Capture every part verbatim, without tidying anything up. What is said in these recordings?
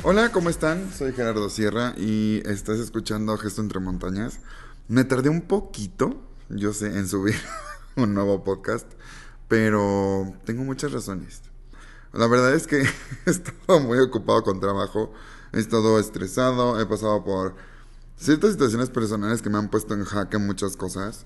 Hola, ¿cómo están? Soy Gerardo Sierra y estás escuchando Gesto entre Montañas. Me tardé un poquito, yo sé, en subir un nuevo podcast, pero tengo muchas razones. La verdad es que he estado muy ocupado con trabajo, he estado estresado, he pasado por ciertas situaciones personales que me han puesto en jaque muchas cosas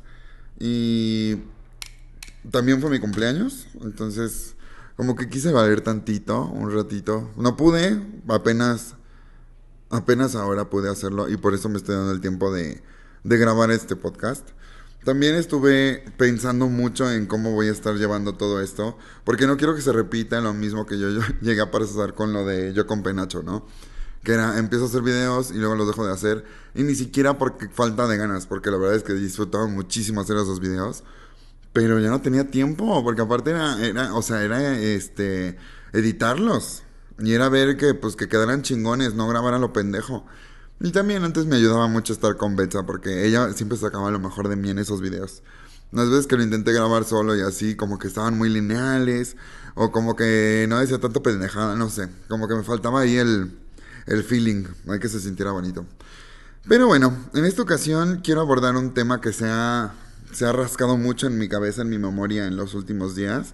y también fue mi cumpleaños, entonces como que quise valer tantito, un ratito. No pude, apenas Apenas ahora pude hacerlo y por eso me estoy dando el tiempo de, de grabar este podcast. También estuve pensando mucho en cómo voy a estar llevando todo esto, porque no quiero que se repita lo mismo que yo, yo llegué a pasar con lo de Yo con Penacho, ¿no? Que era, empiezo a hacer videos y luego los dejo de hacer, y ni siquiera porque falta de ganas, porque la verdad es que disfrutaba muchísimo hacer esos videos, pero ya no tenía tiempo, porque aparte era, era o sea, era este, editarlos. Y era ver que, pues, que quedaran chingones, no grabar a lo pendejo. Y también antes me ayudaba mucho estar con Betsa, porque ella siempre sacaba lo mejor de mí en esos videos. Las veces que lo intenté grabar solo y así, como que estaban muy lineales, o como que no decía tanto pendejada, no sé. Como que me faltaba ahí el, el feeling, hay que se sintiera bonito. Pero bueno, en esta ocasión quiero abordar un tema que se ha, se ha rascado mucho en mi cabeza, en mi memoria en los últimos días,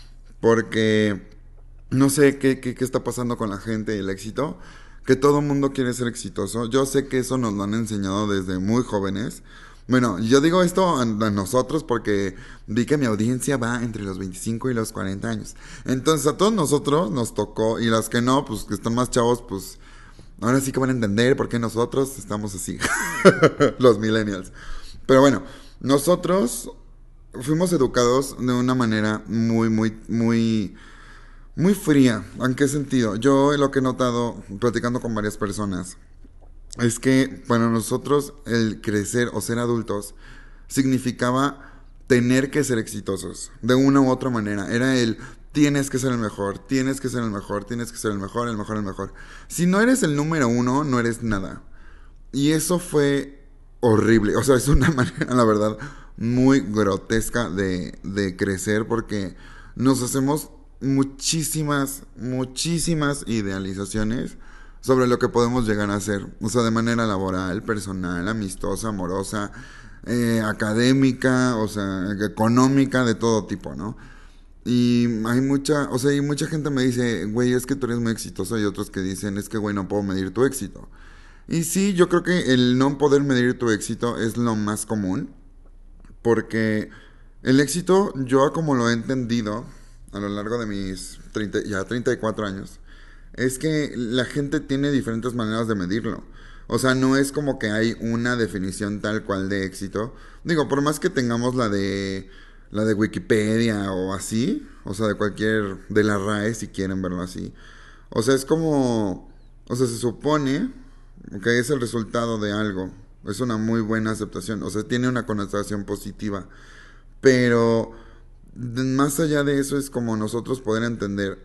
porque no sé qué, qué, qué está pasando con la gente y el éxito, que todo el mundo quiere ser exitoso. Yo sé que eso nos lo han enseñado desde muy jóvenes. Bueno, yo digo esto a, a nosotros porque vi que mi audiencia va entre los veinticinco y los cuarenta años. Entonces a todos nosotros nos tocó, y los que no, pues que están más chavos, pues ahora sí que van a entender por qué nosotros estamos así, los millennials. Pero bueno, nosotros fuimos educados de una manera muy, muy, muy, muy fría. ¿En qué sentido? Yo lo que he notado, platicando con varias personas, es que para nosotros el crecer o ser adultos significaba tener que ser exitosos, de una u otra manera. Era el tienes que ser el mejor, tienes que ser el mejor, tienes que ser el mejor, el mejor, el mejor. Si no eres el número uno, no eres nada. Y eso fue horrible. O sea, es una manera, la verdad, muy grotesca de, de crecer porque nos hacemos muchísimas, muchísimas idealizaciones sobre lo que podemos llegar a hacer. O sea, de manera laboral, personal, amistosa, amorosa, eh, académica, o sea, económica, de todo tipo, ¿no? Y hay mucha, o sea, y mucha gente me dice, güey, es que tú eres muy exitoso, y otros que dicen, es que, güey, no puedo medir tu éxito. Y sí, yo creo que el no poder medir tu éxito es lo más común, porque el éxito, yo como lo he entendido a lo largo de mis treinta, ya treinta y cuatro años, es que la gente tiene diferentes maneras de medirlo. O sea, no es como que hay una definición tal cual de éxito. Digo, por más que tengamos la de la de Wikipedia o así, o sea, de cualquier de la R A E si quieren verlo así. O sea, es como, o sea, se supone que es el resultado de algo. Es una muy buena aceptación, o sea, tiene una connotación positiva. Pero más allá de eso es como nosotros poder entender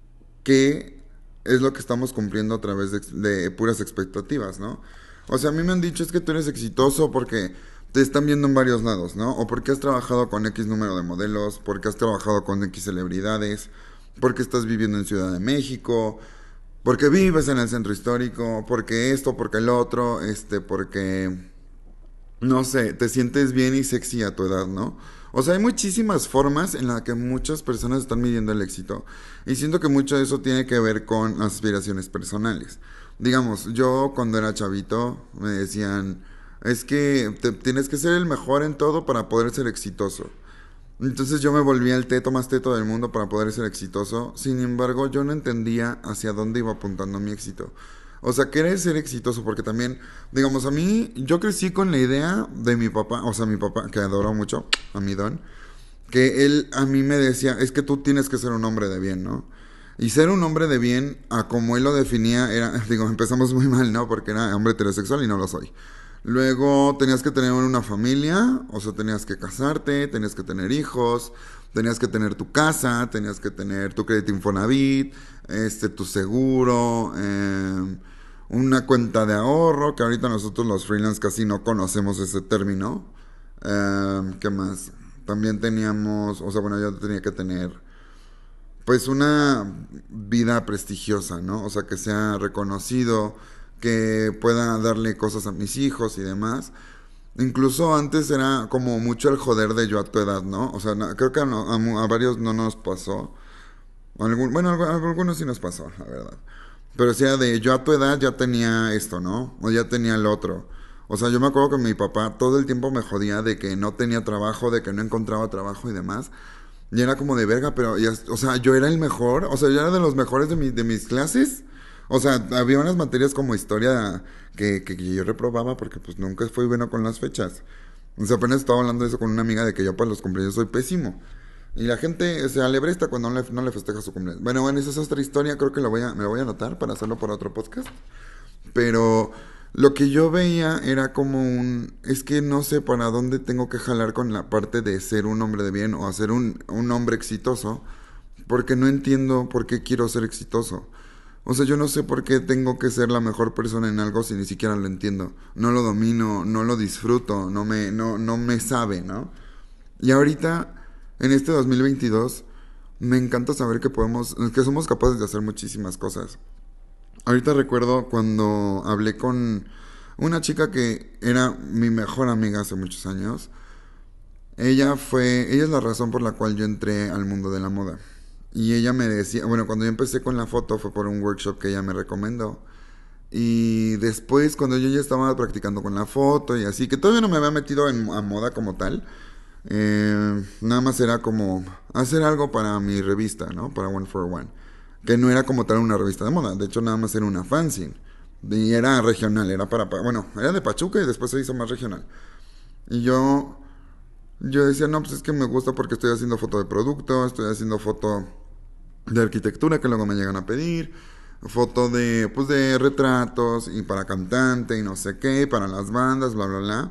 qué es lo que estamos cumpliendo a través de, de puras expectativas, ¿no? O sea, a mí me han dicho es que tú eres exitoso porque te están viendo en varios lados, ¿no? O porque has trabajado con X número de modelos, porque has trabajado con X celebridades, porque estás viviendo en Ciudad de México, porque vives en el centro histórico, porque esto, porque el otro, este, porque no sé, te sientes bien y sexy a tu edad, ¿no? O sea, hay muchísimas formas en las que muchas personas están midiendo el éxito. Y siento que mucho de eso tiene que ver con aspiraciones personales. Digamos, yo cuando era chavito me decían, es que te, tienes que ser el mejor en todo para poder ser exitoso. Entonces yo me volvía el teto más teto del mundo para poder ser exitoso. Sin embargo, yo no entendía hacia dónde iba apuntando mi éxito. O sea, querer ser exitoso, porque también, digamos, a mí, yo crecí con la idea de mi papá, o sea, mi papá, que adoro mucho, a mi don, que él a mí me decía, es que tú tienes que ser un hombre de bien, ¿no? Y ser un hombre de bien, a como él lo definía, era, digo, empezamos muy mal, ¿no? Porque era hombre heterosexual y no lo soy. Luego tenías que tener una familia, o sea, tenías que casarte, tenías que tener hijos, tenías que tener tu casa, tenías que tener tu crédito Infonavit, este, tu seguro, eh, una cuenta de ahorro, que ahorita nosotros los freelance casi no conocemos ese término. Eh, ¿Qué más? También teníamos, o sea, bueno, yo tenía que tener pues una vida prestigiosa, ¿no? O sea, que sea reconocido, que pueda darle cosas a mis hijos y demás. Incluso antes era como mucho el joder de yo a tu edad, ¿no? O sea, no- creo que a, no- a mu- a varios no nos pasó. Algún- bueno, algu- a algunos sí nos pasó, la verdad. Pero sí era de yo a tu edad ya tenía esto, ¿no? O ya tenía el otro. O sea, yo me acuerdo que mi papá todo el tiempo me jodía de que no tenía trabajo, de que no encontraba trabajo y demás. Y era como de verga, pero, ya, o sea, yo era el mejor, o sea, yo era de los mejores de, mi, de mis clases. O sea, había unas materias como historia que, que, que yo reprobaba porque pues nunca fui bueno con las fechas. O sea, apenas estaba hablando de eso con una amiga de que yo para los cumpleaños soy pésimo. Y la gente se alebresta cuando no le, no le festeja su cumpleaños. Bueno, bueno, esa es otra historia, creo que lo voy a, me lo voy a anotar para hacerlo para otro podcast. Pero lo que yo veía era como un... Es que no sé para dónde tengo que jalar con la parte de ser un hombre de bien o hacer un, un hombre exitoso, porque no entiendo por qué quiero ser exitoso. O sea, yo no sé por qué tengo que ser la mejor persona en algo si ni siquiera lo entiendo. No lo domino, no lo disfruto, no me, no, no me sabe, ¿no? Y ahorita, en este dos mil veintidós, me encanta saber que podemos, que somos capaces de hacer muchísimas cosas. Ahorita recuerdo cuando hablé con una chica que era mi mejor amiga hace muchos años. Ella fue, ella es la razón por la cual yo entré al mundo de la moda. Y ella me decía, bueno, cuando yo empecé con la foto fue por un workshop que ella me recomendó. Y después, cuando yo ya estaba practicando con la foto y así, que todavía no me había metido en, a moda como tal, eh, nada más era como hacer algo para mi revista, ¿no? Para One for One. Que no era como tal una revista de moda, de hecho nada más era una fanzine. Y era regional, era para, bueno, era de Pachuca y después se hizo más regional. Y yo, yo decía, no, pues es que me gusta porque estoy haciendo foto de producto, estoy haciendo foto de arquitectura que luego me llegan a pedir, foto de, pues de retratos y para cantante y no sé qué, para las bandas, bla, bla, bla.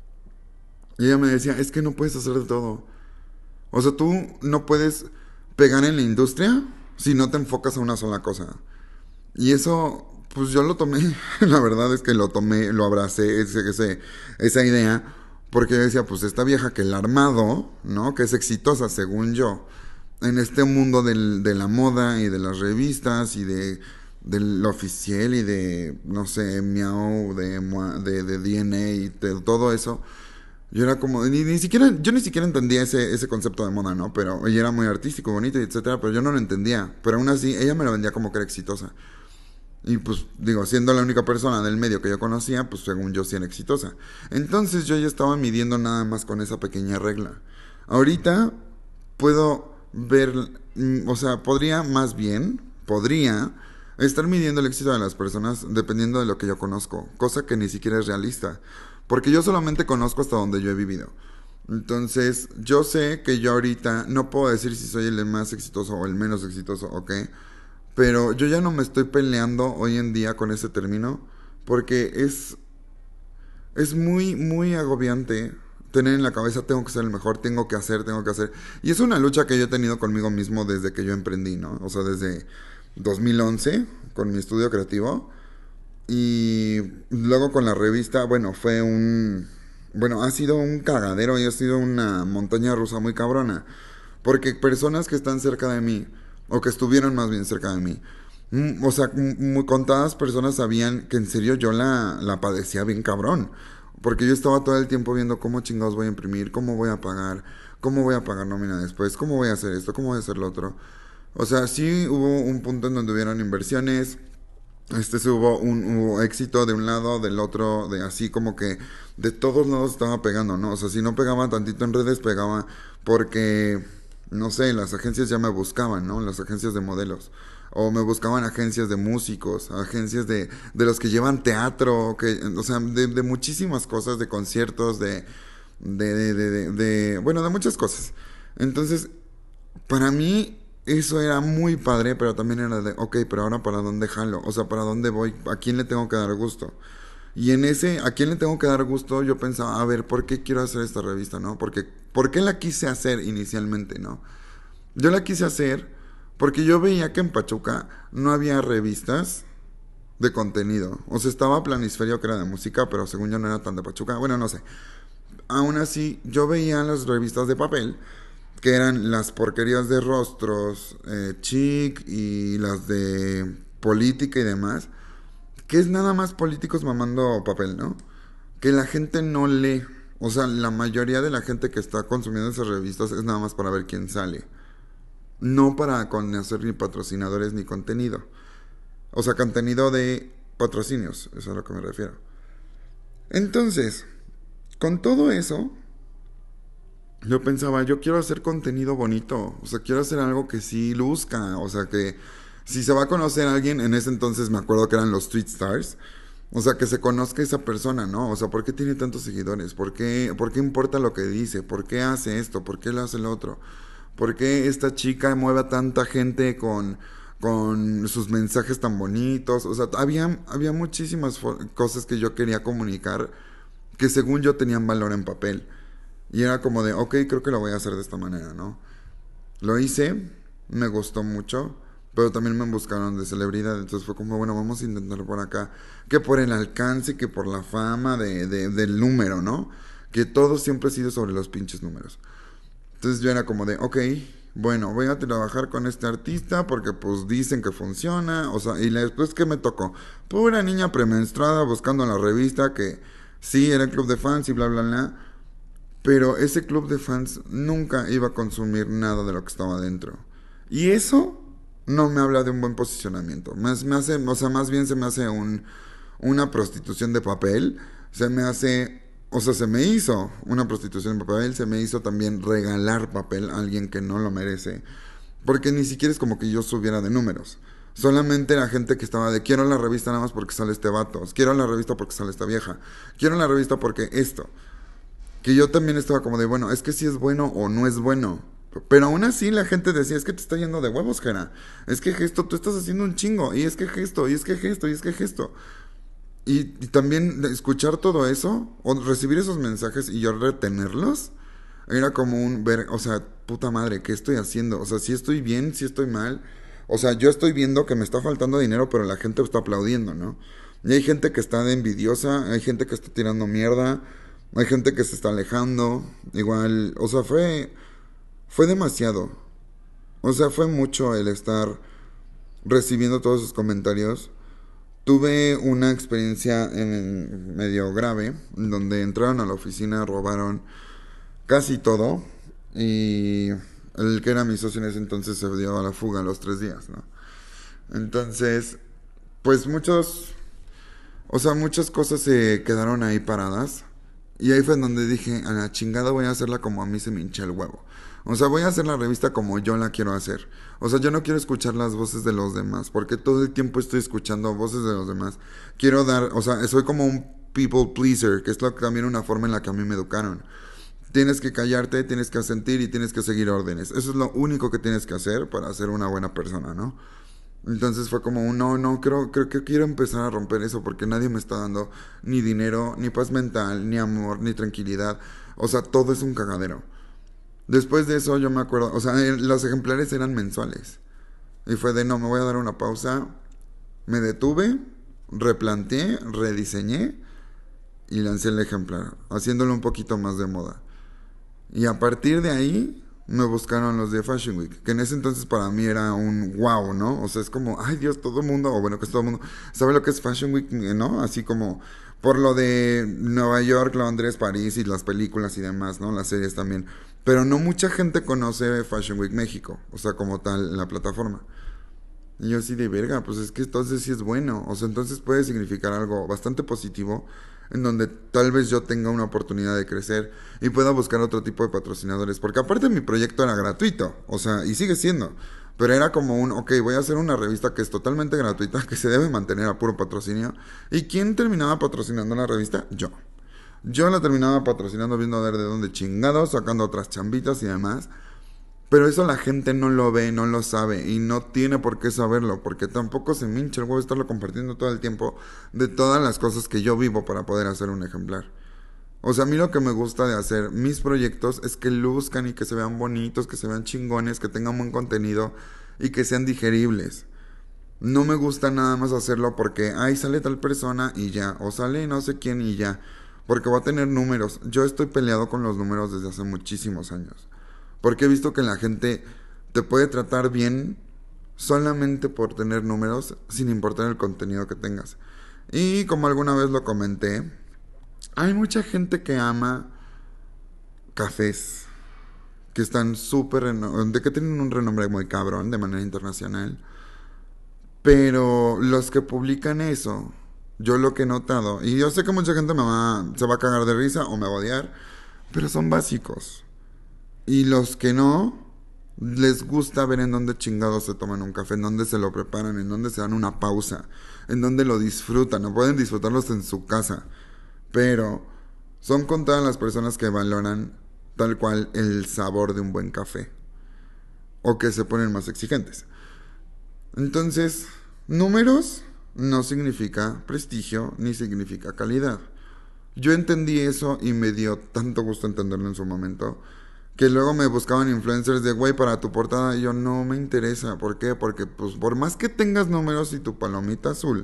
Y ella me decía, es que no puedes hacer de todo. O sea, tú no puedes pegar en la industria si no te enfocas a una sola cosa. Y eso, pues yo lo tomé, la verdad es que lo tomé, lo abracé, ese, ese, esa idea, porque yo decía, pues esta vieja que el armado, ¿no? Que es exitosa según yo, en este mundo del, de la moda y de las revistas y de del oficial y de, no sé, Miau, de, de, de D N A y de todo eso. Yo era como, ni, ni siquiera, yo ni siquiera entendía ese, ese concepto de moda, ¿no? Pero ella era muy artístico, bonito, y etcétera, pero yo no lo entendía. Pero aún así, ella me lo vendía como que era exitosa. Y pues, digo, siendo la única persona del medio que yo conocía, pues según yo sí era exitosa. Entonces yo ya estaba midiendo nada más con esa pequeña regla. Ahorita puedo ver, mm, o sea, podría más bien, podría estar midiendo el éxito de las personas dependiendo de lo que yo conozco, cosa que ni siquiera es realista, porque yo solamente conozco hasta donde yo he vivido. Entonces, yo sé que yo ahorita no puedo decir si soy el más exitoso o el menos exitoso, ¿ok? Pero yo ya no me estoy peleando hoy en día con ese término, porque es es muy, muy agobiante tener en la cabeza, tengo que ser el mejor, tengo que hacer, tengo que hacer. Y es una lucha que yo he tenido conmigo mismo desde que yo emprendí, ¿no? O sea, desde dos mil once, con mi estudio creativo. Y luego con la revista, bueno, fue un... Bueno, ha sido un cagadero y ha sido una montaña rusa muy cabrona. Porque personas que están cerca de mí, o que estuvieron más bien cerca de mí, mm, o sea, muy contadas personas sabían que en serio yo la, la padecía bien cabrón. Porque yo estaba todo el tiempo viendo cómo chingados voy a imprimir, cómo voy a pagar, cómo voy a pagar nómina después, cómo voy a hacer esto, cómo voy a hacer lo otro. O sea, sí hubo un punto en donde hubieron inversiones, este sí hubo un hubo éxito de un lado, del otro, de así como que de todos lados estaba pegando, ¿no? O sea, si no pegaba tantito en redes, pegaba porque, no sé, las agencias ya me buscaban, ¿no? Las agencias de modelos. O me buscaban agencias de músicos, agencias de, de los que llevan teatro, que, o sea, de, de muchísimas cosas, de conciertos, de, de, de, de, de, de, bueno, de muchas cosas. Entonces, para mí eso era muy padre, pero también era de, ok, pero ahora para dónde jalo, o sea, para dónde voy, a quién le tengo que dar gusto. Y en ese, a quién le tengo que dar gusto, yo pensaba, a ver, ¿por qué quiero hacer esta revista, no? Porque, ¿por qué la quise hacer inicialmente, no? Yo la quise hacer porque yo veía que en Pachuca no había revistas de contenido. O sea, estaba Planisferio, que era de música, pero según yo no era tan de Pachuca. Bueno, no sé. Aún así, yo veía las revistas de papel que eran las porquerías de rostros, eh, chic y las de política y demás, que es nada más políticos mamando papel, ¿no? Que la gente no lee. O sea, la mayoría de la gente que está consumiendo esas revistas es nada más para ver quién sale. No para conocer ni patrocinadores ni contenido. O sea, contenido de patrocinios, eso es a lo que me refiero. Entonces, con todo eso, yo pensaba, yo quiero hacer contenido bonito. O sea, quiero hacer algo que sí luzca. O sea, que si se va a conocer a alguien, en ese entonces me acuerdo que eran los Tweet Stars. O sea, que se conozca esa persona, ¿no? O sea, ¿por qué tiene tantos seguidores? ¿Por qué, por qué importa lo que dice? ¿Por qué hace esto? ¿Por qué lo hace el otro? ¿Por qué esta chica mueve a tanta gente con, con sus mensajes tan bonitos? O sea, había, había muchísimas cosas que yo quería comunicar que según yo tenían valor en papel. Y era como de, ok, creo que lo voy a hacer de esta manera, ¿no? Lo hice, me gustó mucho, pero también me buscaron de celebridad, entonces fue como, bueno, vamos a intentarlo por acá. Que por el alcance, que por la fama de, de, del número, ¿no? Que todo siempre ha sido sobre los pinches números. Entonces yo era como de, ok, bueno, voy a trabajar con este artista porque pues dicen que funciona, o sea, y después que me tocó, pura niña premenstruada buscando en la revista que sí, era el club de fans y bla, bla, bla, pero ese club de fans nunca iba a consumir nada de lo que estaba dentro. Y eso no me habla de un buen posicionamiento, más me hace, o sea, más bien se me hace un, una prostitución de papel, se me hace... O sea, se me hizo una prostitución de papel, se me hizo también regalar papel a alguien que no lo merece. Porque ni siquiera es como que yo subiera de números. Solamente la gente que estaba de quiero la revista nada más porque sale este vato. Quiero la revista porque sale esta vieja. Quiero la revista porque esto. Que yo también estaba como de, bueno, es que si es bueno o no es bueno. Pero aún así la gente decía, es que te está yendo de huevos, Jera. Es que gesto, tú estás haciendo un chingo. Y es que gesto, y es que gesto, y es que gesto. Y, y también escuchar todo eso, o recibir esos mensajes y yo retenerlos, era como un ver, o sea, puta madre, ¿qué estoy haciendo? O sea, si estoy bien, si estoy mal. O sea, yo estoy viendo que me está faltando dinero, pero la gente está aplaudiendo, ¿no? Y hay gente que está de envidiosa, hay gente que está tirando mierda, hay gente que se está alejando. Igual, o sea, fue, fue demasiado. O sea, fue mucho el estar recibiendo todos esos comentarios. Tuve una experiencia en medio grave, donde entraron a la oficina, robaron casi todo y el que era mi socio en ese entonces se dio a la fuga a los tres días, ¿no? Entonces, pues muchos, o sea, muchas cosas se quedaron ahí paradas y ahí fue donde dije, a la chingada voy a hacerla como a mí se me hincha el huevo. O sea, voy a hacer la revista como yo la quiero hacer. O sea, yo no quiero escuchar las voces de los demás, porque todo el tiempo estoy escuchando voces de los demás. Quiero dar, o sea, soy como un people pleaser, que es lo, también una forma en la que a mí me educaron. Tienes que callarte, tienes que asentir y tienes que seguir órdenes. Eso es lo único que tienes que hacer para ser una buena persona, ¿no? Entonces fue como un no, no, creo, creo que quiero empezar a romper eso porque nadie me está dando ni dinero, ni paz mental, ni amor, ni tranquilidad. O sea, todo es un cagadero. Después de eso yo me acuerdo, o sea, los ejemplares eran mensuales. Y fue de, no, me voy a dar una pausa. Me detuve, replanteé, rediseñé y lancé el ejemplar, haciéndolo un poquito más de moda. Y a partir de ahí me buscaron los de Fashion Week, que en ese entonces para mí era un wow, ¿no? O sea, es como, ay Dios, todo el mundo, o bueno, que es todo el mundo, ¿sabe lo que es Fashion Week, no? Así como por lo de Nueva York, Londres, París y las películas y demás, ¿no? Las series también. Pero no mucha gente conoce Fashion Week México, o sea, como tal, la plataforma. Y yo así de verga, pues es que entonces sí es bueno. O sea, entonces puede significar algo bastante positivo en donde tal vez yo tenga una oportunidad de crecer y pueda buscar otro tipo de patrocinadores. Porque aparte mi proyecto era gratuito, o sea, y sigue siendo. Pero era como un, ok, voy a hacer una revista que es totalmente gratuita, que se debe mantener a puro patrocinio. ¿Y quién terminaba patrocinando la revista? Yo. Yo la terminaba patrocinando viendo a ver de dónde chingados, sacando otras chambitas y demás. Pero eso la gente no lo ve, no lo sabe y no tiene por qué saberlo, porque tampoco se me hincha el huevo estarlo compartiendo todo el tiempo de todas las cosas que yo vivo para poder hacer un ejemplar. O sea, a mí lo que me gusta de hacer mis proyectos es que luzcan y que se vean bonitos, que se vean chingones, que tengan buen contenido y que sean digeribles. No me gusta nada más hacerlo porque, ay, sale tal persona y ya, o sale no sé quién y ya, porque va a tener números. Yo estoy peleado con los números desde hace muchísimos años. Porque he visto que la gente te puede tratar bien solamente por tener números, sin importar el contenido que tengas. Y como alguna vez lo comenté, hay mucha gente que ama cafés que están súper, reno- de que tienen un renombre muy cabrón de manera internacional. Pero los que publican eso, yo lo que he notado, y yo sé que mucha gente me va, se va a cagar de risa o me va a odiar, pero son básicos. Y los que no, les gusta ver en dónde chingados se toman un café, en dónde se lo preparan, en dónde se dan una pausa, en dónde lo disfrutan. No pueden disfrutarlos en su casa, pero son contadas las personas que valoran tal cual el sabor de un buen café o que se ponen más exigentes. Entonces, números no significa prestigio ni significa calidad. Yo entendí eso y me dio tanto gusto entenderlo en su momento. Que luego me buscaban influencers de, güey, para tu portada. Y yo, no me interesa. ¿Por qué? Porque, pues, por más que tengas números y tu palomita azul,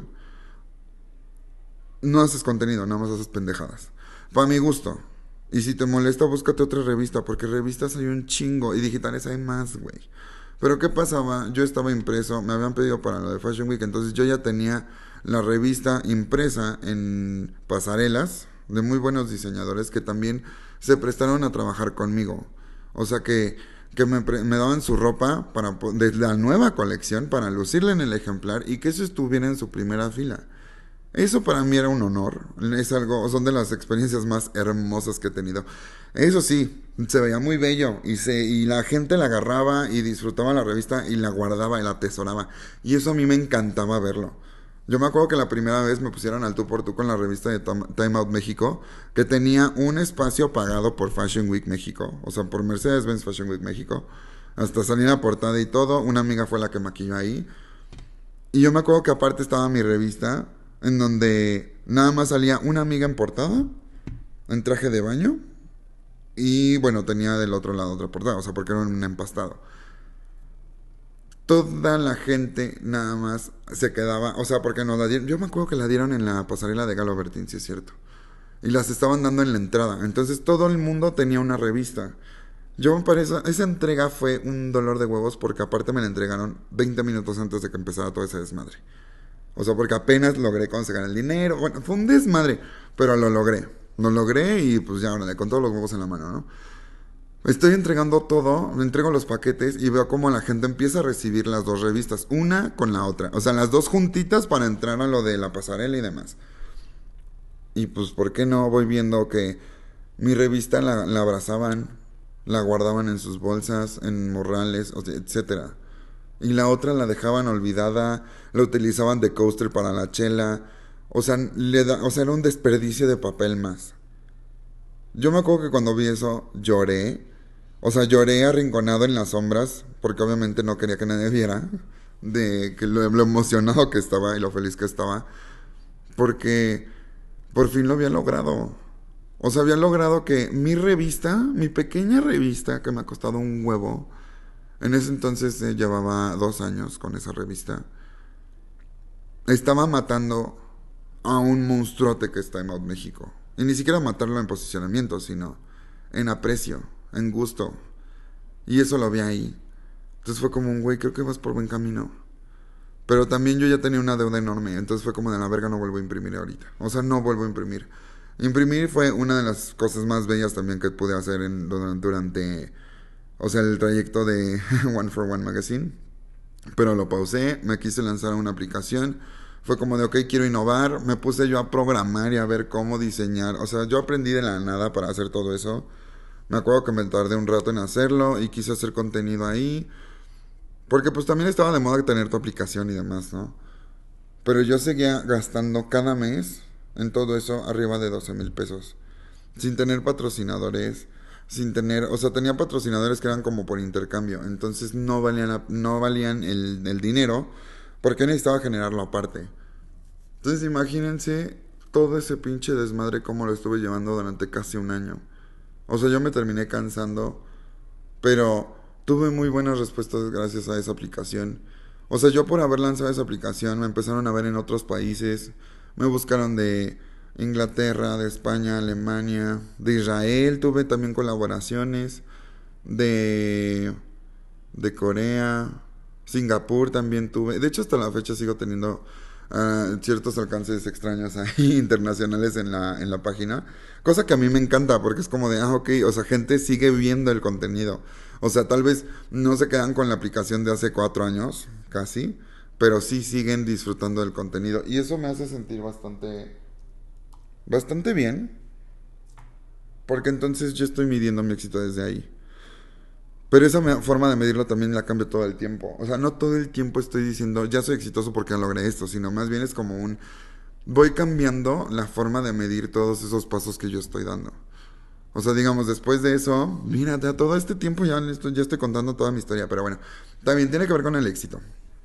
no haces contenido, nada más haces pendejadas. Para mi gusto. Y si te molesta, búscate otra revista, porque revistas hay un chingo y digitales hay más, güey. Pero ¿qué pasaba? Yo estaba impreso, me habían pedido para lo de Fashion Week, entonces yo ya tenía la revista impresa en pasarelas de muy buenos diseñadores que también se prestaron a trabajar conmigo. O sea que, que me, pre- me daban su ropa para, po- de la nueva colección para lucirla en el ejemplar y que eso estuviera en su primera fila. Eso para mí era un honor. Es algo, son de las experiencias más hermosas que he tenido. Eso sí, se veía muy bello y se y la gente la agarraba y disfrutaba la revista y la guardaba y la atesoraba. Y eso a mí me encantaba verlo. Yo me acuerdo que la primera vez me pusieron al tú por tú con la revista de Tom- Time Out México, que tenía un espacio pagado por Fashion Week México, o sea, por Mercedes-Benz Fashion Week México. Hasta salí en la portada y todo. Una amiga fue la que maquilló ahí. Y yo me acuerdo que aparte estaba mi revista, en donde nada más salía una amiga en portada, en traje de baño, y bueno, tenía del otro lado otra portada, o sea, porque era un empastado. Toda la gente nada más se quedaba, o sea, porque nos la dieron, yo me acuerdo que la dieron en la pasarela de Galo Bertín, si es cierto. Y las estaban dando en la entrada, entonces todo el mundo tenía una revista. Yo para esa, esa entrega fue un dolor de huevos porque aparte me la entregaron veinte minutos antes de que empezara todo ese desmadre. O sea, porque apenas logré conseguir el dinero. Bueno, fue un desmadre, pero lo logré. Lo logré y pues ya, órale, con todos los huevos en la mano, ¿no? Estoy entregando todo, me entrego los paquetes y veo cómo la gente empieza a recibir las dos revistas, una con la otra. O sea, las dos juntitas para entrar a lo de la pasarela y demás. Y pues, ¿por qué no? Voy viendo que mi revista la, la abrazaban, la guardaban en sus bolsas, en morrales, o sea, etcétera. Y la otra la dejaban olvidada, la utilizaban de coaster para la chela. O sea, le da, o sea, era un desperdicio de papel más. Yo me acuerdo que cuando vi eso lloré. O sea, lloré arrinconado en las sombras, porque obviamente no quería que nadie viera de que lo, lo emocionado que estaba y lo feliz que estaba, porque por fin lo había logrado. O sea, había logrado que mi revista, mi pequeña revista, que me ha costado un huevo, en ese entonces eh, llevaba dos años con esa revista, estaba matando a un monstruote que está en Out México. Y ni siquiera matarlo en posicionamiento, sino en aprecio, en gusto. Y eso lo vi ahí. Entonces fue como un güey, creo que vas por buen camino. Pero también yo ya tenía una deuda enorme. Entonces fue como de la verga, no vuelvo a imprimir ahorita. O sea, no vuelvo a imprimir. Imprimir fue una de las cosas más bellas también que pude hacer en, durante, o sea, el trayecto de One for One Magazine. Pero lo pausé, me quise lanzar a una aplicación. Fue como de, ok, quiero innovar. Me puse yo a programar y a ver cómo diseñar. O sea, yo aprendí de la nada para hacer todo eso. Me acuerdo que me tardé un rato en hacerlo y quise hacer contenido ahí. Porque pues también estaba de moda tener tu aplicación y demás, ¿no? Pero yo seguía gastando cada mes en todo eso arriba de doce mil pesos. Sin tener patrocinadores, sin tener, o sea, tenía patrocinadores que eran como por intercambio, entonces no valían, la- no valían el, el dinero porque necesitaba generarlo aparte. Entonces imagínense todo ese pinche desmadre como lo estuve llevando durante casi un año. O sea, yo me terminé cansando, pero tuve muy buenas respuestas gracias a esa aplicación. O sea, yo por haber lanzado esa aplicación me empezaron a ver en otros países. Me buscaron de Inglaterra, de España, Alemania, de Israel. Tuve también colaboraciones. de, de Corea, Singapur también tuve. De hecho, hasta la fecha sigo teniendo uh, ciertos alcances extraños ahí internacionales en la, en la página. Cosa que a mí me encanta porque es como de, ah, ok, o sea, gente sigue viendo el contenido. O sea, tal vez no se quedan con la aplicación de hace cuatro años, casi, pero sí siguen disfrutando del contenido. Y eso me hace sentir bastante, bastante bien, porque entonces yo estoy midiendo mi éxito desde ahí. Pero esa me- forma de medirlo también la cambio todo el tiempo. O sea, no todo el tiempo estoy diciendo, ya soy exitoso porque logré esto, sino más bien es como un, voy cambiando la forma de medir todos esos pasos que yo estoy dando. O sea, digamos, después de eso, mira, ya todo este tiempo ya, le estoy, ya estoy contando toda mi historia, pero bueno, también tiene que ver con el éxito.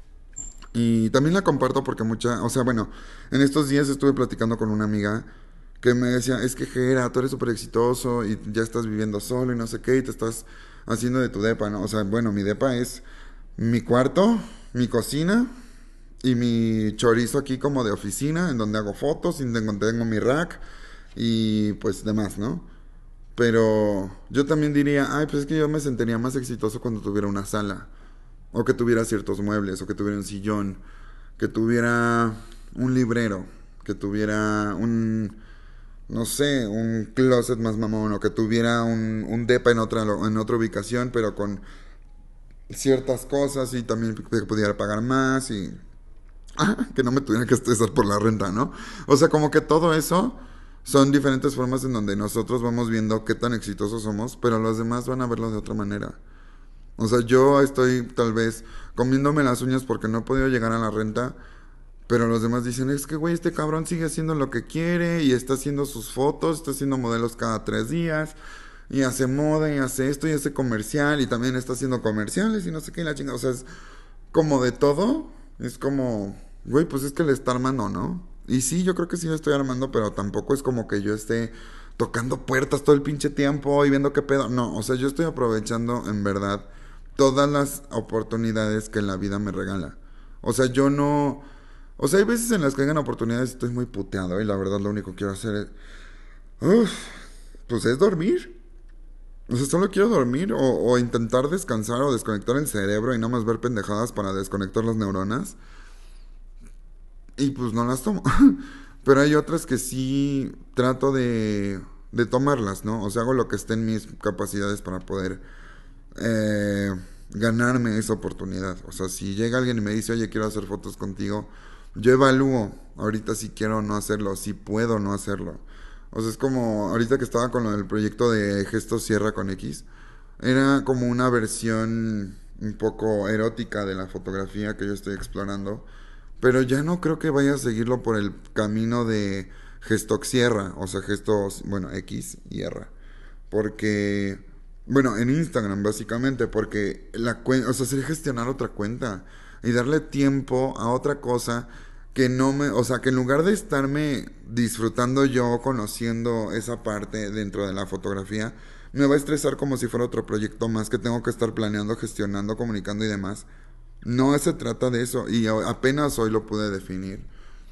Y también la comparto porque mucha, o sea, bueno, en estos días estuve platicando con una amiga que me decía, es que Jera, tú eres súper exitoso y ya estás viviendo solo y no sé qué, y te estás haciendo de tu depa, ¿no? O sea, bueno, mi depa es mi cuarto, mi cocina y mi chorizo aquí como de oficina, en donde hago fotos, y donde tengo mi rack y pues demás, ¿no? Pero yo también diría, ay, pues es que yo me sentiría más exitoso cuando tuviera una sala, o que tuviera ciertos muebles, o que tuviera un sillón, que tuviera un librero, que tuviera un, no sé, un closet más mamón, o que tuviera un, un depa en otra, en otra ubicación, pero con ciertas cosas y también que pudiera pagar más y ah, que no me tuviera que estresar por la renta, ¿no? O sea, como que todo eso son diferentes formas en donde nosotros vamos viendo qué tan exitosos somos, pero los demás van a verlo de otra manera. O sea, yo estoy tal vez comiéndome las uñas porque no he podido llegar a la renta, pero los demás dicen, es que, güey, este cabrón sigue haciendo lo que quiere y está haciendo sus fotos, está haciendo modelos cada tres días y hace moda y hace esto y hace comercial y también está haciendo comerciales y no sé qué y la chingada. O sea, es como de todo. Es como, güey, pues es que le está armando, ¿no? Y sí, yo creo que sí le estoy armando, pero tampoco es como que yo esté tocando puertas todo el pinche tiempo y viendo qué pedo. No, o sea, yo estoy aprovechando en verdad todas las oportunidades que la vida me regala. O sea, yo no... O sea, hay veces en las que llegan oportunidades y estoy muy puteado y la verdad lo único que quiero hacer es... Uf, pues es dormir. O sea, solo quiero dormir o, o intentar descansar o desconectar el cerebro y no más ver pendejadas para desconectar las neuronas. Y pues no las tomo. Pero hay otras que sí trato de, de tomarlas, ¿no? O sea, hago lo que esté en mis capacidades para poder eh, ganarme esa oportunidad. O sea, si llega alguien y me dice, oye, quiero hacer fotos contigo, yo evalúo ahorita si quiero o no hacerlo, si puedo o no hacerlo. O sea, es como ahorita que estaba con lo del proyecto de Gesto Sierra con X, era como una versión un poco erótica de la fotografía que yo estoy explorando, pero ya no creo que vaya a seguirlo por el camino de Gestox Sierra, o sea, gestos, bueno, X y R. Porque, bueno, en Instagram básicamente, porque la cuenta, o sea, sería gestionar otra cuenta y darle tiempo a otra cosa que no me, o sea, que en lugar de estarme disfrutando yo, conociendo esa parte dentro de la fotografía, me va a estresar como si fuera otro proyecto más que tengo que estar planeando, gestionando, comunicando y demás. No se trata de eso y a- apenas hoy lo pude definir.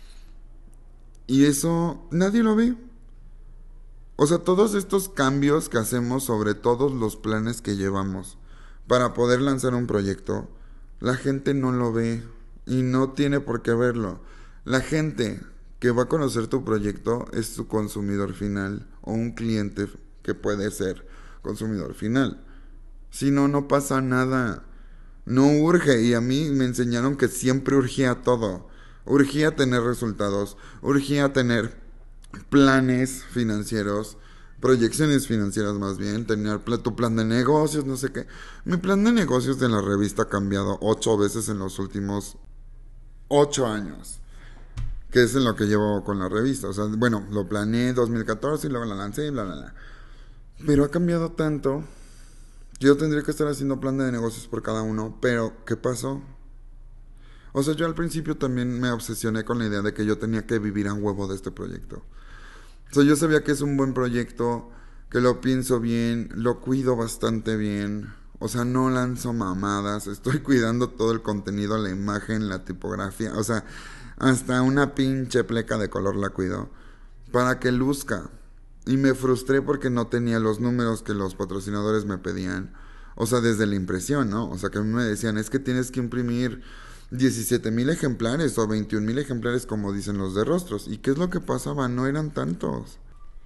Y eso nadie lo ve. O sea, todos estos cambios que hacemos sobre todos los planes que llevamos para poder lanzar un proyecto, la gente no lo ve y no tiene por qué verlo. La gente que va a conocer tu proyecto es tu consumidor final o un cliente que puede ser consumidor final. Si no, no pasa nada. No urge. Y a mí me enseñaron que siempre urgía todo. Urgía tener resultados. Urgía tener planes financieros. Proyecciones financieras más bien. Tener pla- tu plan de negocios, no sé qué. Mi plan de negocios de la revista ha cambiado ocho veces en los últimos ocho años. Que es en lo que llevo con la revista. O sea, bueno, lo planeé en dos mil catorce y luego la lancé y bla, bla, bla. Pero ha cambiado tanto. Yo tendría que estar haciendo plan de negocios por cada uno, pero ¿qué pasó? O sea, yo al principio también me obsesioné con la idea de que yo tenía que vivir a huevo de este proyecto. O sea, yo sabía que es un buen proyecto, que lo pienso bien, lo cuido bastante bien. O sea, no lanzo mamadas, estoy cuidando todo el contenido, la imagen, la tipografía. O sea, hasta una pinche pleca de color la cuido para que luzca. Y me frustré porque no tenía los números que los patrocinadores me pedían. O sea, desde la impresión, ¿no? O sea, que a mí me decían, es que tienes que imprimir diecisiete mil ejemplares o veintiún mil ejemplares como dicen los de rostros. ¿Y qué es lo que pasaba? No eran tantos.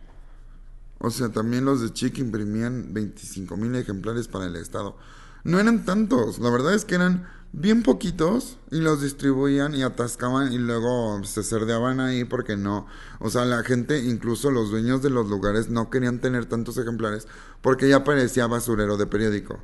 O sea, también los de Chic imprimían veinticinco mil ejemplares para el Estado. No eran tantos, la verdad es que eran bien poquitos y los distribuían y atascaban y luego se cerdeaban ahí porque no. O sea, la gente, incluso los dueños de los lugares, no querían tener tantos ejemplares porque ya parecía basurero de periódico.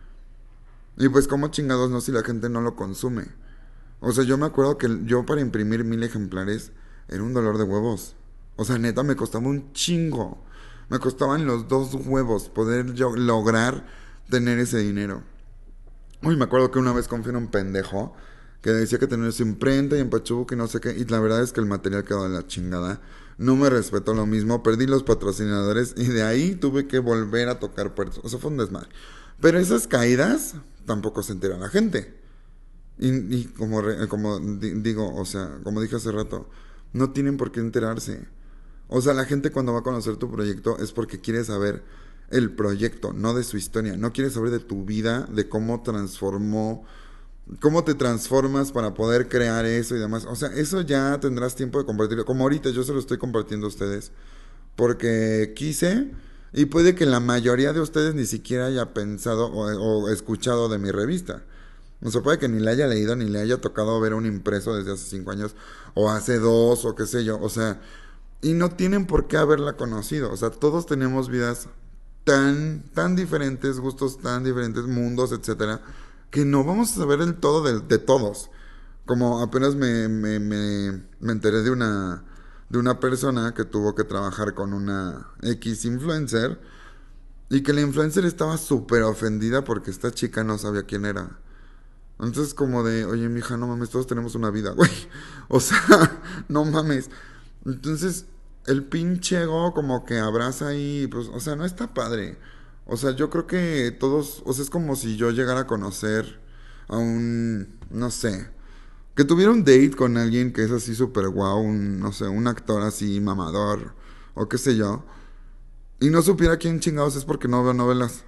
Y pues como chingados no si la gente no lo consume. O sea, yo me acuerdo que yo para imprimir mil ejemplares era un dolor de huevos. O sea, neta, me costaba un chingo. Me costaban los dos huevos poder yo lograr tener ese dinero. Uy, me acuerdo que una vez confié en un pendejo que decía que tenía su imprenta y en Pachuca y no sé qué. Y la verdad es que el material quedó de la chingada. No me respetó lo mismo. Perdí los patrocinadores y de ahí tuve que volver a tocar puertos. O sea, fue un desmadre. Pero esas caídas tampoco se entera la gente. Y, y como, re, como di, digo, o sea, como dije hace rato, no tienen por qué enterarse. O sea, la gente cuando va a conocer tu proyecto es porque quiere saber el proyecto, no de su historia. No quiere saber de tu vida, de cómo transformó, cómo te transformas para poder crear eso y demás. O sea, eso ya tendrás tiempo de compartirlo. Como ahorita yo se lo estoy compartiendo a ustedes porque quise y puede que la mayoría de ustedes ni siquiera haya pensado o, o escuchado de mi revista. No se puede que ni le haya leído ni le haya tocado ver un impreso desde hace cinco años o hace dos o qué sé yo. O sea, y no tienen por qué haberla conocido. O sea, todos tenemos vidas tan, tan diferentes, gustos tan diferentes, mundos, etcétera, que no vamos a saber el todo de, de todos. Como apenas me, me, me, me enteré de una, de una persona que tuvo que trabajar con una X influencer y que la influencer estaba súper ofendida porque esta chica no sabía quién era. Entonces como de, oye, mija, no mames, todos tenemos una vida, güey. O sea, no mames. Entonces, el pinche ego como que abraza ahí, pues, o sea, no está padre. O sea, yo creo que todos, o sea, es como si yo llegara a conocer a un, no sé, que tuviera un date con alguien que es así súper guau, un, no sé, un actor así mamador, o qué sé yo, y no supiera quién chingados es porque no veo novelas.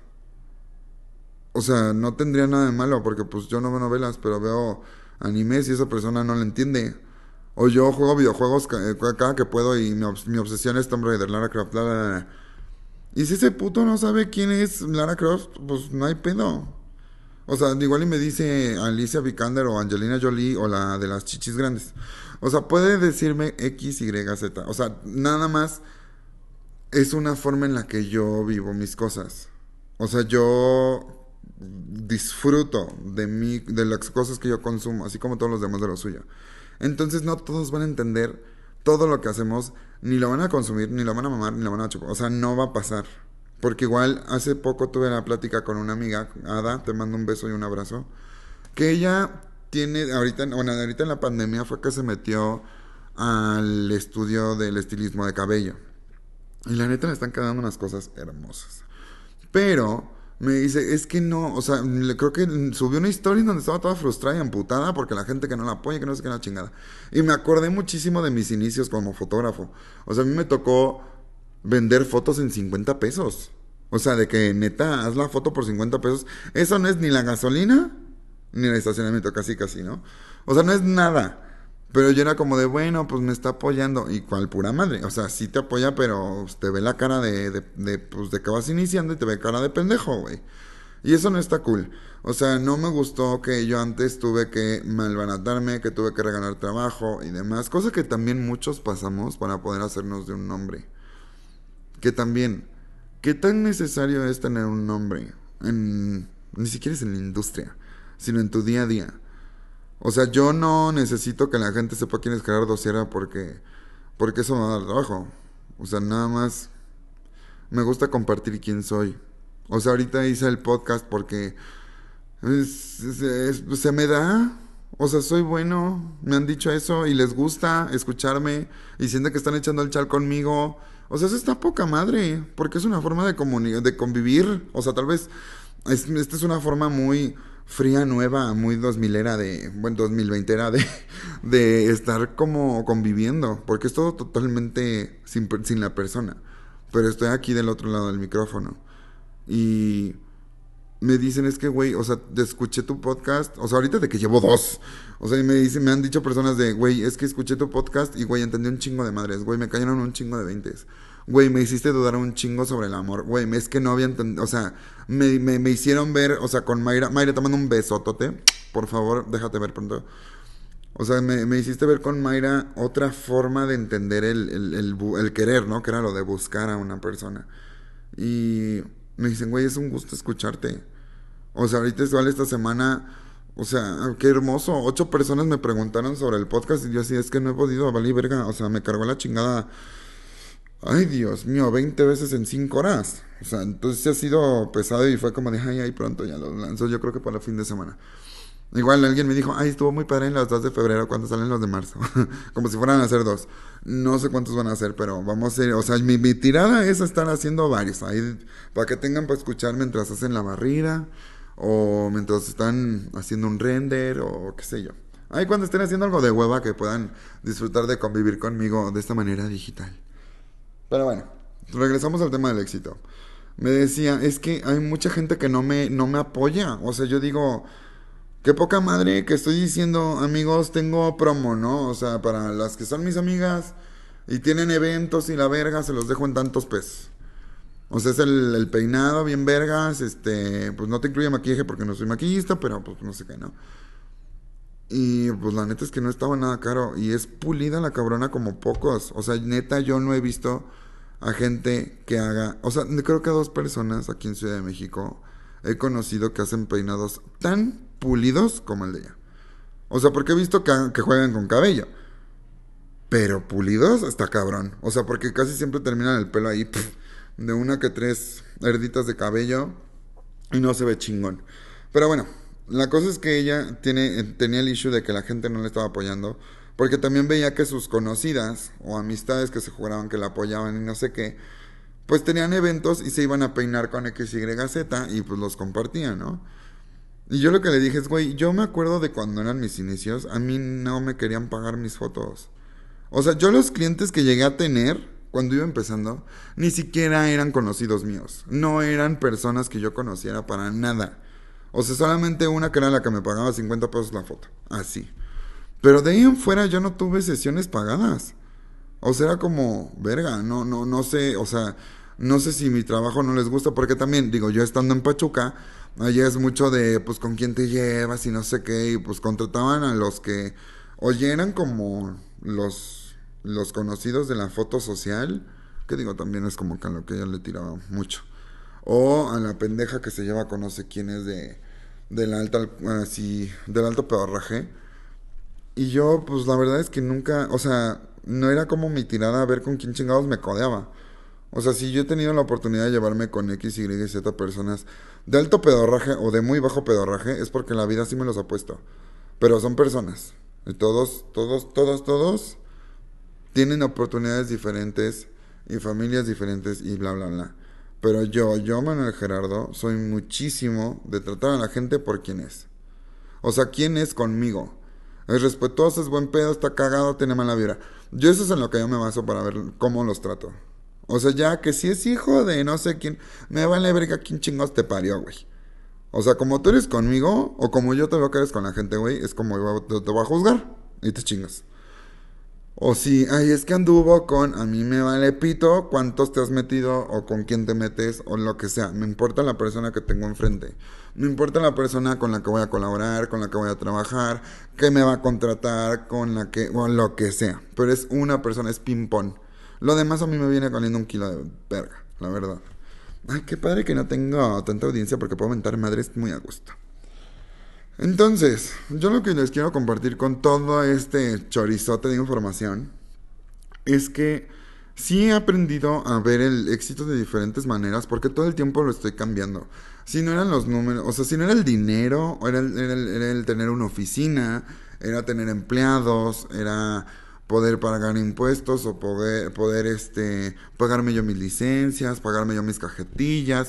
O sea, no tendría nada de malo porque pues yo no veo novelas, pero veo animes y esa persona no lo entiende. O yo juego videojuegos ca- cada que puedo y mi, obs- mi obsesión es Tomb Raider, Lara Croft, la, la, la. Y si ese puto no sabe quién es Lara Croft, pues no hay pedo. O sea, igual y me dice Alicia Vikander o Angelina Jolie o la de las chichis grandes. O sea, puede decirme X, Y, Z. O sea, nada más es una forma en la que yo vivo mis cosas. O sea, yo disfruto de mí, de las cosas que yo consumo, así como todos los demás de lo suyo. Entonces no todos van a entender todo lo que hacemos, ni lo van a consumir, ni lo van a mamar, ni lo van a chupar. O sea, no va a pasar. Porque igual hace poco tuve la plática con una amiga, Ada, te mando un beso y un abrazo, que ella tiene, ahorita, bueno, ahorita en la pandemia fue que se metió al estudio del estilismo de cabello. Y la neta le están quedando unas cosas hermosas. Pero me dice, es que no, o sea, le creo que subió una historia en donde estaba toda frustrada y amputada porque la gente que no la apoya, que no sé qué, la chingada. Y me acordé muchísimo de mis inicios como fotógrafo. O sea, a mí me tocó vender fotos en cincuenta pesos. O sea, de que neta, haz la foto por cincuenta pesos. Eso no es ni la gasolina ni el estacionamiento, casi casi, ¿no? O sea, no es nada. Pero yo era como de, bueno, pues me está apoyando. Y cual pura madre. O sea, sí te apoya, pero te ve la cara de, de, de, pues, de que vas iniciando y te ve cara de pendejo, güey. Y eso no está cool. O sea, no me gustó que yo antes tuve que malbaratarme, que tuve que regalar trabajo y demás. Cosa que también muchos pasamos para poder hacernos de un nombre. Que también, ¿qué tan necesario es tener un nombre? En, ni siquiera es en la industria, sino en tu día a día. O sea, yo no necesito que la gente sepa quién es Gerardo Sierra porque, porque eso me va a dar trabajo. O sea, nada más me gusta compartir quién soy. O sea, ahorita hice el podcast porque es- es- es- se me da. O sea, soy bueno. Me han dicho eso y les gusta escucharme y sienten que están echando el chal conmigo. O sea, eso está poca madre porque es una forma de, comuni- de convivir. O sea, tal vez es, esta es una forma muy fría, nueva, muy dos milera de, bueno, dos mil veinte era de, de estar como conviviendo, porque es todo totalmente sin, per- sin la persona, pero estoy aquí del otro lado del micrófono y, me dicen, es que, güey, o sea, te escuché tu podcast, o sea, ahorita de que llevo dos, o sea, y me dicen, me han dicho personas de, güey, es que escuché tu podcast y, güey, entendí un chingo de madres, güey, me cayeron un chingo de veintes, güey, me hiciste dudar un chingo sobre el amor, güey, es que no había entendido, o sea, me, me, me hicieron ver, o sea, con Mayra, Mayra, te mando un besotote, por favor, déjate ver pronto. O sea, me, me hiciste ver con Mayra otra forma de entender el, el, el, bu- el querer, ¿no? Que era lo de buscar a una persona. Y me dicen, güey, es un gusto escucharte. O sea, ahorita igual esta semana, o sea, qué hermoso. Ocho personas me preguntaron sobre el podcast y yo así, es que no he podido, valí verga. O sea, me cargó la chingada. Ay, Dios mío, veinte veces en cinco horas. O sea, entonces sí ha sido pesado y fue como de, ay, ay, pronto ya lo lanzo. Yo creo que para el fin de semana. Igual alguien me dijo, ay, estuvo muy padre en las dos de febrero, ¿cuándo salen los de marzo? Como si fueran a hacer dos. No sé cuántos van a hacer, pero vamos a ir, o sea, mi, mi tirada es estar haciendo varios, ahí, para que tengan para escuchar mientras hacen la barrida, o mientras están haciendo un render, o qué sé yo. Ahí cuando estén haciendo algo de hueva que puedan disfrutar de convivir conmigo de esta manera digital. Pero bueno, regresamos al tema del éxito. Me decía, es que hay mucha gente que no me, no me apoya. O sea, yo digo, qué poca madre que estoy diciendo, amigos, tengo promo, ¿no? O sea, para las que son mis amigas y tienen eventos y la verga, se los dejo en tantos pesos. O sea, es el, el peinado bien vergas, este, pues no te incluye maquillaje porque no soy maquillista, pero pues no sé qué, ¿no? Y pues la neta es que no estaba nada caro y es pulida la cabrona como pocos. O sea, neta yo no he visto a gente que haga, o sea, creo que a dos personas aquí en Ciudad de México he conocido que hacen peinados tan pulidos como el de ella. O sea, porque he visto que, que juegan con cabello. Pero pulidos está cabrón. O sea, porque casi siempre terminan el pelo ahí pff, de una que tres herditas de cabello y no se ve chingón. Pero bueno, la cosa es que ella tiene, tenía el issue de que la gente no le estaba apoyando. Porque también veía que sus conocidas o amistades que se juraban que la apoyaban y no sé qué, pues tenían eventos y se iban a peinar con X Y Z y pues los compartían, ¿no? Y yo lo que le dije es, güey, yo me acuerdo de cuando eran mis inicios, a mí no me querían pagar mis fotos. O sea, yo los clientes que llegué a tener cuando iba empezando, ni siquiera eran conocidos míos. No eran personas que yo conociera para nada. O sea, solamente una que era la que me pagaba cincuenta pesos la foto. Así. Pero de ahí en fuera yo no tuve sesiones pagadas. O sea, era como, verga, no, no, no sé, o sea, no sé si mi trabajo no les gusta, porque también, digo, yo estando en Pachuca, allá es mucho de, pues, con quién te llevas y no sé qué, y pues contrataban a los que, oye, eran como los, los conocidos de la foto social, que digo, también es como que a lo que ella le tiraba mucho. O a la pendeja que se lleva con no sé quién es de, del alta, así, del alto pedorraje. Y yo, pues la verdad es que nunca, o sea, no era como mi tirada a ver con quién chingados me codeaba. O sea, si yo he tenido la oportunidad de llevarme con X, Y y Z personas de alto pedorraje o de muy bajo pedorraje, es porque la vida sí me los ha puesto. Pero son personas. Y todos, todos, todos, todos tienen oportunidades diferentes y familias diferentes y bla, bla, bla. Pero yo, yo, Manuel Gerardo, soy muchísimo de tratar a la gente por quien es. O sea, ¿quién es conmigo? Es respetuoso, es buen pedo, está cagado, tiene mala vibra. Yo eso es en lo que yo me baso para ver cómo los trato. O sea, ya que si es hijo de no sé quién, me vale verga quién chingos te parió, güey. O sea, como tú eres conmigo, o como yo te veo que eres con la gente, güey, es como yo te, te voy a juzgar y te chingas. O si, ay, es que anduvo con, a mí me vale pito cuántos te has metido o con quién te metes o lo que sea. Me importa la persona que tengo enfrente. Me importa la persona con la que voy a colaborar, con la que voy a trabajar, que me va a contratar, con la que, o lo que sea. Pero es una persona, es ping-pong. Lo demás a mí me viene valiendo un kilo de verga, la verdad. Ay, qué padre que no tengo tanta audiencia porque puedo mentar madres muy a gusto. Entonces, yo lo que les quiero compartir con todo este chorizote de información es que sí he aprendido a ver el éxito de diferentes maneras porque todo el tiempo lo estoy cambiando. Si no eran los números, o sea, si no era el dinero, era el, era el, era el tener una oficina, era tener empleados, era poder pagar impuestos o poder, poder este, pagarme yo mis licencias, pagarme yo mis cajetillas,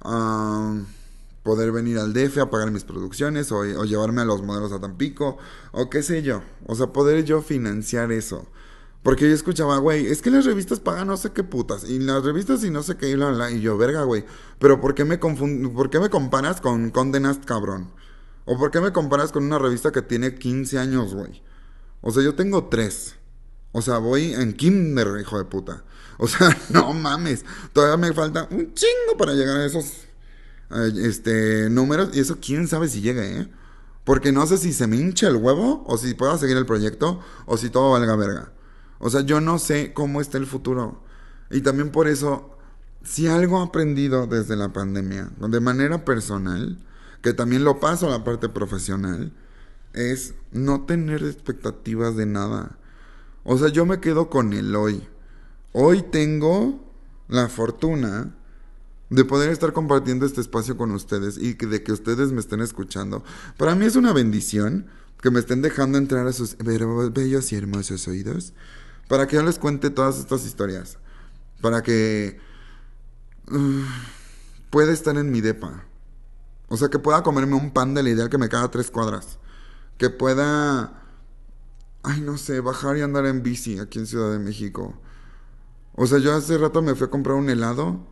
um, poder venir al D F a pagar mis producciones o, o llevarme a los modelos a Tampico o qué sé yo. O sea, poder yo financiar eso. Porque yo escuchaba, güey, es que las revistas pagan no sé qué putas. Y las revistas y no sé qué, y, la, la, y yo, verga, güey. Pero ¿por qué me confund ¿por qué me comparas con Condé Nast, cabrón? ¿O por qué me comparas con una revista que tiene quince años, güey? O sea, yo tengo tres. O sea, voy en kinder, hijo de puta. O sea, no mames. Todavía me falta un chingo para llegar a esos eh, este, números. Y eso quién sabe si llegue, ¿eh? Porque no sé si se me hincha el huevo, o si puedo seguir el proyecto, o si todo valga verga. O sea, yo no sé cómo está el futuro. Y también por eso, si algo he aprendido desde la pandemia, de manera personal, que también lo paso a la parte profesional, es no tener expectativas de nada. O sea, yo me quedo con el hoy. Hoy tengo la fortuna de poder estar compartiendo este espacio con ustedes y de que ustedes me estén escuchando. Para mí es una bendición que me estén dejando entrar a sus bellos y hermosos oídos para que yo les cuente todas estas historias. Para que uh, pueda estar en mi depa. O sea, que pueda comerme un pan de la ideal que me caga tres cuadras. Que pueda, ay, no sé, bajar y andar en bici aquí en Ciudad de México. O sea, yo hace rato me fui a comprar un helado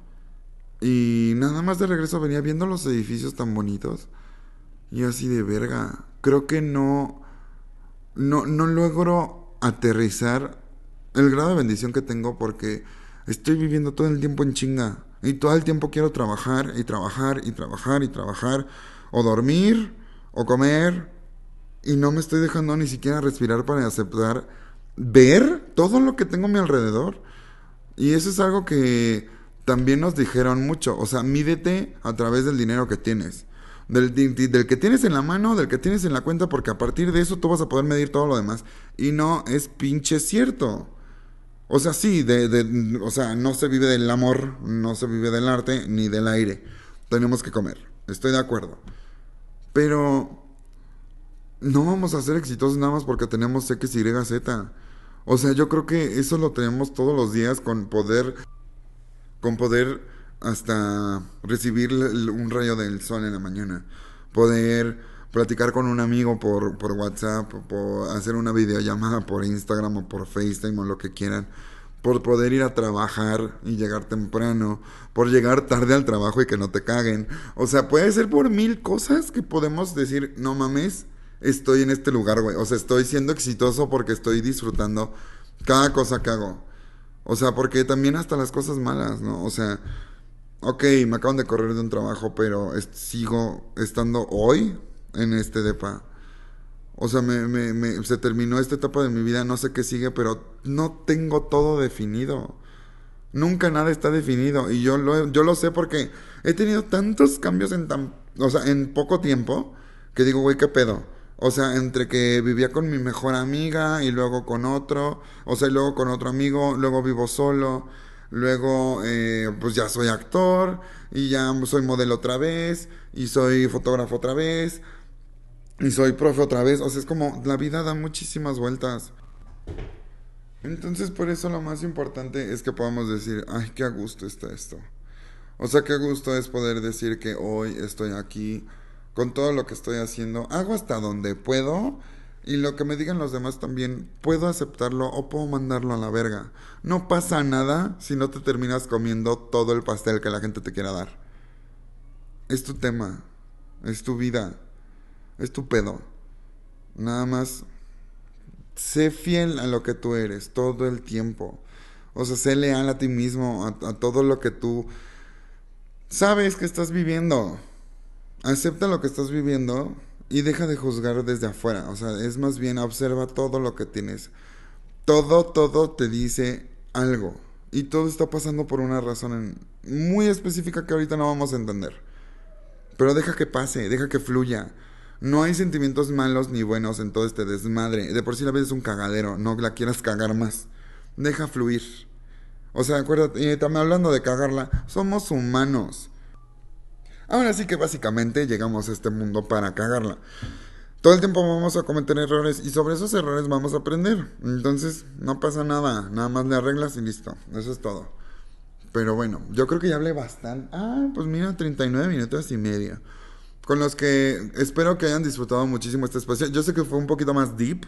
y nada más de regreso venía viendo los edificios tan bonitos. Y así de verga. Creo que no, no, no logro aterrizar el grado de bendición que tengo porque estoy viviendo todo el tiempo en chinga. Y todo el tiempo quiero trabajar y trabajar y trabajar y trabajar. O dormir o comer. Y no me estoy dejando ni siquiera respirar para aceptar ver todo lo que tengo a mi alrededor. Y eso es algo que también nos dijeron mucho. O sea, mídete a través del dinero que tienes. Del, del que tienes en la mano, del que tienes en la cuenta, porque a partir de eso tú vas a poder medir todo lo demás. Y no es pinche cierto. O sea, sí, de, de, o sea, no se vive del amor, no se vive del arte, ni del aire. Tenemos que comer. Estoy de acuerdo. Pero no vamos a ser exitosos nada más porque tenemos X, Y, Z. O sea, yo creo que eso lo tenemos todos los días con poder, con poder hasta recibir un rayo del sol en la mañana. Poder platicar con un amigo por, por WhatsApp, por hacer una videollamada por Instagram o por FaceTime o lo que quieran. Por poder ir a trabajar y llegar temprano. Por llegar tarde al trabajo y que no te caguen. O sea, puede ser por mil cosas que podemos decir, no mames, estoy en este lugar, güey. O sea, estoy siendo exitoso porque estoy disfrutando cada cosa que hago. O sea, porque también hasta las cosas malas, ¿no? O sea, ok, me acaban de correr de un trabajo, pero es, sigo estando hoy en este depa. O sea, me, me, me, se terminó esta etapa de mi vida, no sé qué sigue, pero no tengo todo definido. Nunca nada está definido. Y yo lo, yo lo sé porque he tenido tantos cambios en tan, o sea, en poco tiempo, que digo, güey, ¿qué pedo? O sea, entre que vivía con mi mejor amiga y luego con otro, o sea, y luego con otro amigo, luego vivo solo, luego eh, pues ya soy actor y ya soy modelo otra vez y soy fotógrafo otra vez y soy profe otra vez. O sea, es como la vida da muchísimas vueltas. Entonces por eso lo más importante es que podamos decir, ay, qué a gusto está esto. O sea, qué gusto es poder decir que hoy estoy aquí con todo lo que estoy haciendo. Hago hasta donde puedo y lo que me digan los demás también puedo aceptarlo o puedo mandarlo a la verga. No pasa nada si no te terminas comiendo todo el pastel que la gente te quiera dar. Es tu tema, es tu vida, es tu pedo. Nada más sé fiel a lo que tú eres todo el tiempo. O sea, sé leal a ti mismo, a, a todo lo que tú sabes que estás viviendo. Acepta lo que estás viviendo y deja de juzgar desde afuera. O sea, es más bien observa todo lo que tienes. Todo, todo te dice algo. Y todo está pasando por una razón en- muy específica que ahorita no vamos a entender. Pero deja que pase, deja que fluya. No hay sentimientos malos ni buenos en todo este desmadre. De por sí la vida es un cagadero, no la quieras cagar más. Deja fluir. O sea, acuérdate, y también hablando de cagarla, somos humanos. Ahora sí que básicamente llegamos a este mundo para cagarla. Todo el tiempo vamos a cometer errores y sobre esos errores vamos a aprender. Entonces, no pasa nada, nada más le arreglas y listo. Eso es todo. Pero bueno, yo creo que ya hablé bastante. Ah, pues mira, treinta y nueve minutos y medio. Con los que espero que hayan disfrutado muchísimo este espacio. Yo sé que fue un poquito más deep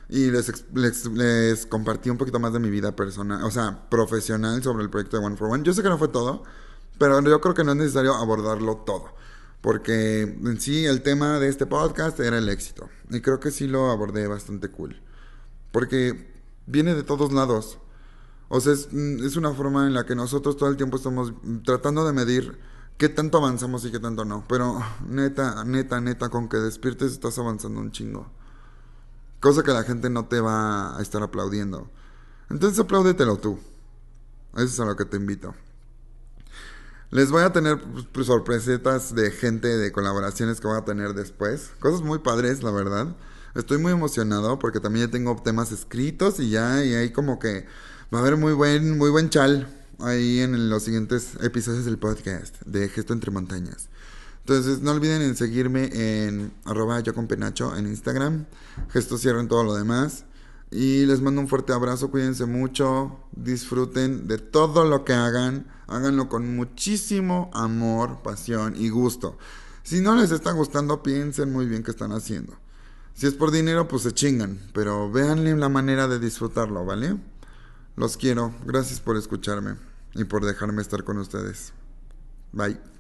y les, ex- les, les compartí un poquito más de mi vida personal, o sea, profesional sobre el proyecto de One for One. Yo sé que no fue todo, pero yo creo que no es necesario abordarlo todo, porque en sí el tema de este podcast era el éxito, y creo que sí lo abordé bastante cool, porque viene de todos lados. O sea, es, mm, es una forma en la que nosotros todo el tiempo estamos mm, tratando de medir qué tanto avanzamos y qué tanto no. Pero neta, neta, neta, con que despiertes estás avanzando un chingo. Cosa que la gente no te va a estar aplaudiendo. Entonces apláudetelo tú. Eso es a lo que te invito. Les voy a tener pues, sorpresetas de gente, de colaboraciones que voy a tener después. Cosas muy padres, la verdad. Estoy muy emocionado porque también ya tengo temas escritos y ya y ahí como que va a haber muy buen, muy buen chal ahí en los siguientes episodios del podcast de Gesto Entre Montañas. Entonces no olviden en seguirme en arroba yo con penacho en Instagram. Gesto cierro en todo lo demás. Y les mando un fuerte abrazo, cuídense mucho, disfruten de todo lo que hagan, háganlo con muchísimo amor, pasión y gusto. Si no les está gustando, piensen muy bien qué están haciendo. Si es por dinero, pues se chingan, pero véanle la manera de disfrutarlo, ¿vale? Los quiero, gracias por escucharme y por dejarme estar con ustedes. Bye.